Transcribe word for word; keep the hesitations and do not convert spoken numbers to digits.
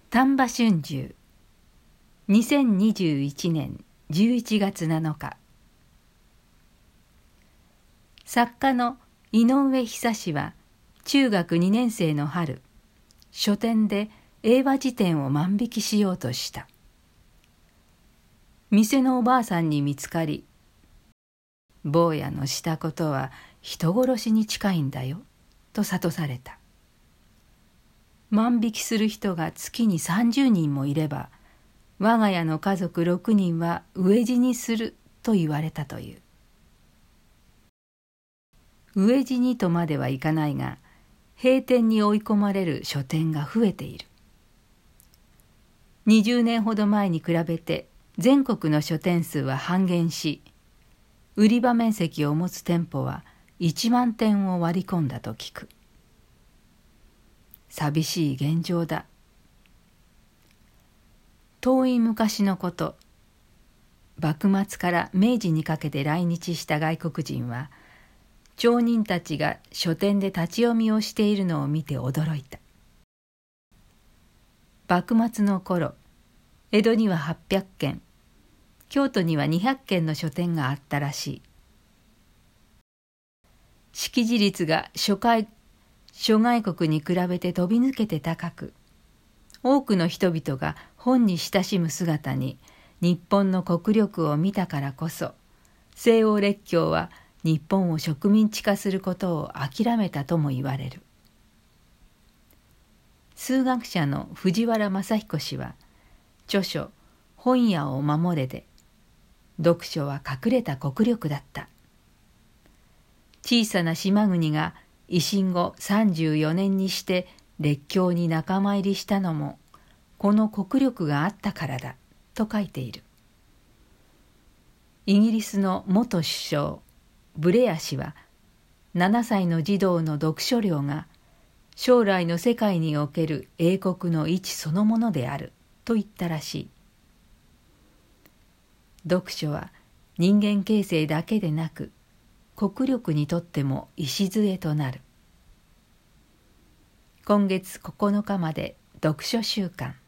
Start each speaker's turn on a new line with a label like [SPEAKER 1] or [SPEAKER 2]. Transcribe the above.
[SPEAKER 1] 丹波春秋にせんにじゅういちねんじゅういちがつなのか。作家の井上久志は中学にねん生の春、書店で英和辞典を万引きしようとした。店のおばあさんに見つかり、坊やのしたことは人殺しに近いんだよと諭された。万引きする人が月にさんじゅうにんもいれば、我が家の家族ろくにんは飢え死にすると言われたという。飢え死にとまではいかないが、閉店に追い込まれる書店が増えている。にじゅうねんほど前に比べて全国の書店数は半減し、売り場面積を持つ店舗はいちまんてんを割り込んだと聞く。寂しい現状だ。遠い昔のこと、幕末から明治にかけて来日した外国人は、町人たちが書店で立ち読みをしているのを見て驚いた。幕末の頃、江戸にははっぴゃくけん、京都にはにひゃくけんの書店があったらしい。識字率が諸外諸外国に比べて飛び抜けて高く、多くの人々が本に親しむ姿に日本の国力を見たからこそ、西欧列強は日本を植民地化することを諦めたとも言われる。数学者の藤原正彦氏は、著書「本屋を守れ」で、読書は隠れた国力だった。小さな島国が維新後さんじゅうよねんにして列強に仲間入りしたのも、この国力があったからだと書いている。イギリスの元首相ブレア氏は、ななさいの児童の読書量が将来の世界における英国の位置そのものであると言ったらしい。読書は人間形成だけでなく、国力にとっても礎となる。今月ここのかまで読書週間。